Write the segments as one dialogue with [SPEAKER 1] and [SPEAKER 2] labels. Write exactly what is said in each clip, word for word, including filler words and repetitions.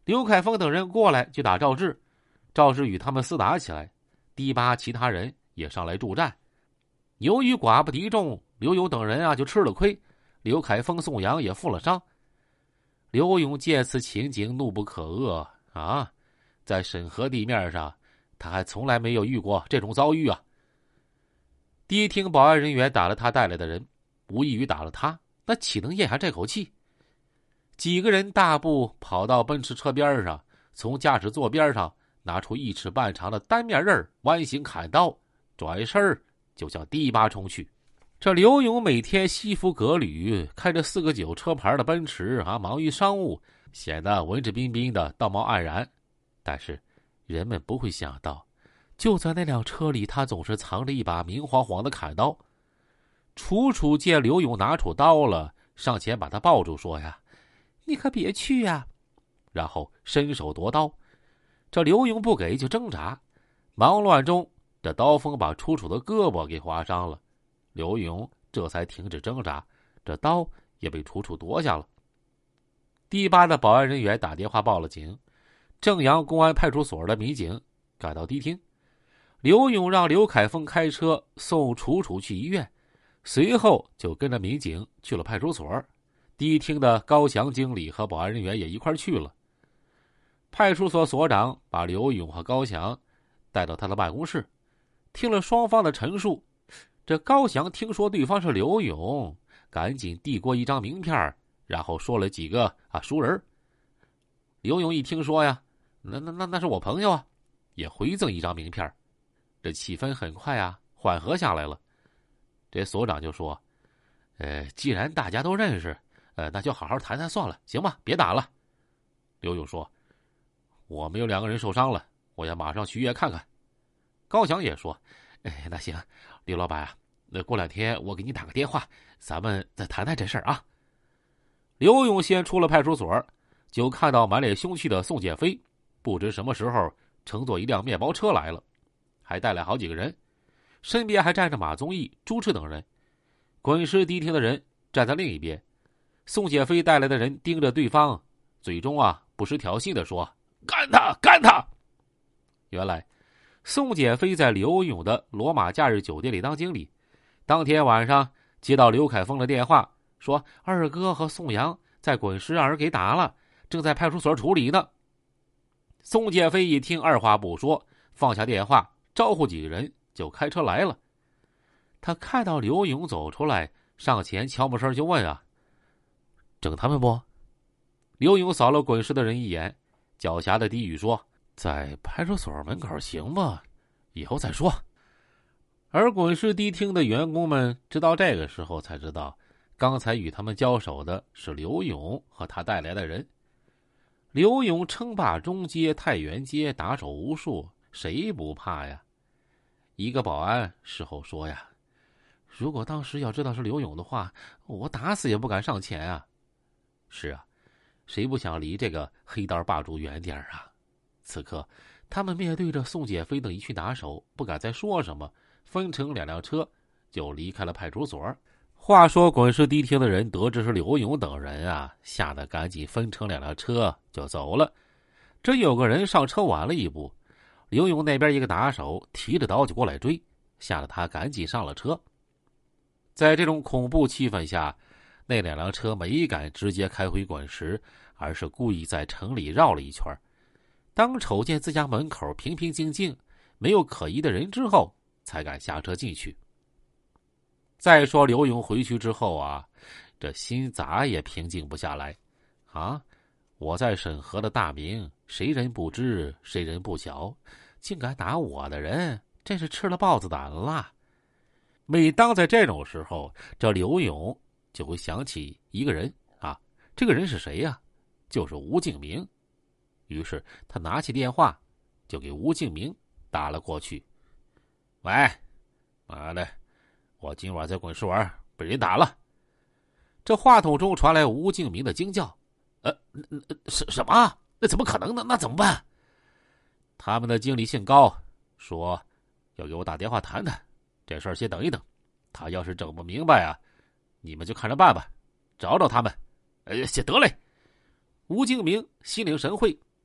[SPEAKER 1] 刘凯峰等人过来就打赵志，赵志与他们厮打起来，堤坝其他人也上来助战。由于寡不敌众，刘勇等人啊就吃了亏，刘凯峰、宋阳也负了伤。刘勇见此情景，怒不可遏啊！在沈河地面上，他还从来没有遇过这种遭遇啊！迪厅保安人员打了他带来的人，无异于打了他，那岂能咽下这口气？几个人大步跑到奔驰车边上，从驾驶座边上拿出一尺半长的单面刃，弯形砍刀，转身就向堤坝冲去。这刘勇每天西服革履，开着四个九车牌的奔驰啊，忙于商务，显得文质彬彬的，道貌岸然。但是人们不会想到，就在那辆车里，他总是藏着一把明晃晃的砍刀。楚楚见刘勇拿出刀了，上前把他抱住，说呀：“你可别去呀！”然后伸手夺刀。这刘勇不给就挣扎，忙乱中，这刀锋把楚楚的胳膊给划伤了。刘勇这才停止挣扎，这刀也被楚楚夺下了。堤坝的保安人员打电话报了警，正阳公安派出所的民警赶到堤厅。刘勇让刘凯峰开车送楚楚去医院，随后就跟着民警去了派出所。堤厅的高翔经理和保安人员也一块去了。派出所所长把刘勇和高翔带到他的办公室，听了双方的陈述。这高翔听说对方是刘勇，赶紧递过一张名片，然后说了几个啊熟人。刘勇一听说呀，那那那那是我朋友啊，也回赠一张名片。这气氛很快啊缓和下来了。这所长就说：“呃，既然大家都认识，呃，那就好好谈谈算了，行吧，别打了。”刘勇说：“我们有两个人受伤了，我要马上去医院看看。”高翔也说：“哎，那行，刘老板啊，那过两天我给你打个电话，咱们再谈谈这事儿啊。”刘勇先出了派出所，就看到满脸凶气的宋建飞，不知什么时候乘坐一辆面包车来了，还带来好几个人，身边还站着马宗义、朱赤等人。滚石迪厅的人站在另一边，宋建飞带来的人盯着对方，嘴中啊不时挑衅地说：“干他，干他！”原来宋建飞在刘勇的罗马假日酒店里当经理，当天晚上接到刘凯峰的电话，说二哥和宋阳在滚石让人给打了，正在派出所处理呢。宋建飞一听，二话不说，放下电话，招呼几个人就开车来了。他看到刘勇走出来，上前悄没声就问啊：“整他们不？”刘勇扫了滚石的人一眼，狡黠的低语说：“在派出所门口行吧，以后再说。”而滚石迪厅的员工们直到这个时候才知道，刚才与他们交手的是刘勇和他带来的人。刘勇称霸中街、太原街，打手无数，谁不怕呀？一个保安事后说呀：“如果当时要知道是刘勇的话，我打死也不敢上前啊。”是啊，谁不想离这个黑道霸主远点啊？此刻他们面对着宋建飞等一群打手，不敢再说什么，分成两辆车就离开了派出所。话说滚石迪厅的人得知是刘勇等人啊，吓得赶紧分成两辆车就走了。这有个人上车晚了一步，刘勇那边一个打手提着刀就过来追，吓得他赶紧上了车。在这种恐怖气氛下，那两辆车没敢直接开回滚石，而是故意在城里绕了一圈。当瞅见自家门口平平静静，没有可疑的人之后，才敢下车进去。再说刘勇回去之后啊，这心咋也平静不下来啊！我在沈河的大名，谁人不知，谁人不晓，竟敢打我的人，真是吃了豹子胆了。每当在这种时候，这刘勇就会想起一个人啊，这个人是谁呀？就是吴敬明。于是他拿起电话就给吴敬明打了过去。喂，妈的，我今晚在滚石玩被人打了。这话筒中传来吴敬明的惊叫：“呃，什什么？那怎么可能呢？那怎么办？”他们的经理姓高，说要给我打电话谈谈，这事儿先等一等。他要是整不明白啊，你们就看着办吧，找找他们。呃，先得嘞。吴敬明心领神会，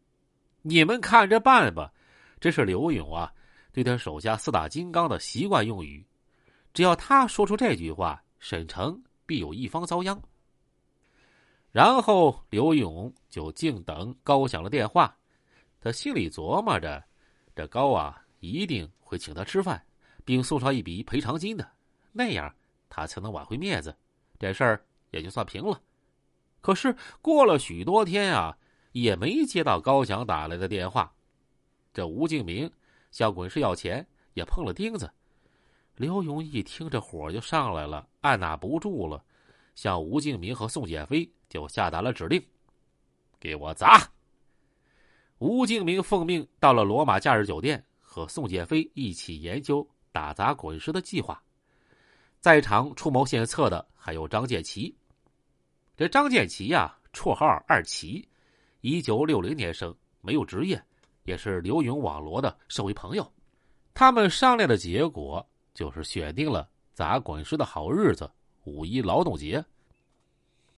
[SPEAKER 1] 你们看着办吧。这是刘勇啊对他手下四大金刚的习惯用语，只要他说出这句话，沈城必有一方遭殃。然后刘勇就静等高响的电话，他心里琢磨着，这高啊一定会请他吃饭，并送上一笔赔偿金的，那样他才能挽回面子，这事儿也就算平了。可是过了许多天啊，也没接到高翔打来的电话。这吴敬明向滚石要钱，也碰了钉子。刘勇一听这火就上来了，按捺不住了，向吴敬明和宋建飞就下达了指令：给我砸！吴敬明奉命到了罗马假日酒店，和宋建飞一起研究打砸滚石的计划。在场出谋献策的还有张建奇。这张建奇呀、啊，绰号二奇，一九六零年生，没有职业，也是刘勇网罗的社会朋友。他们商量的结果就是选定了砸滚石的好日子——五一劳动节，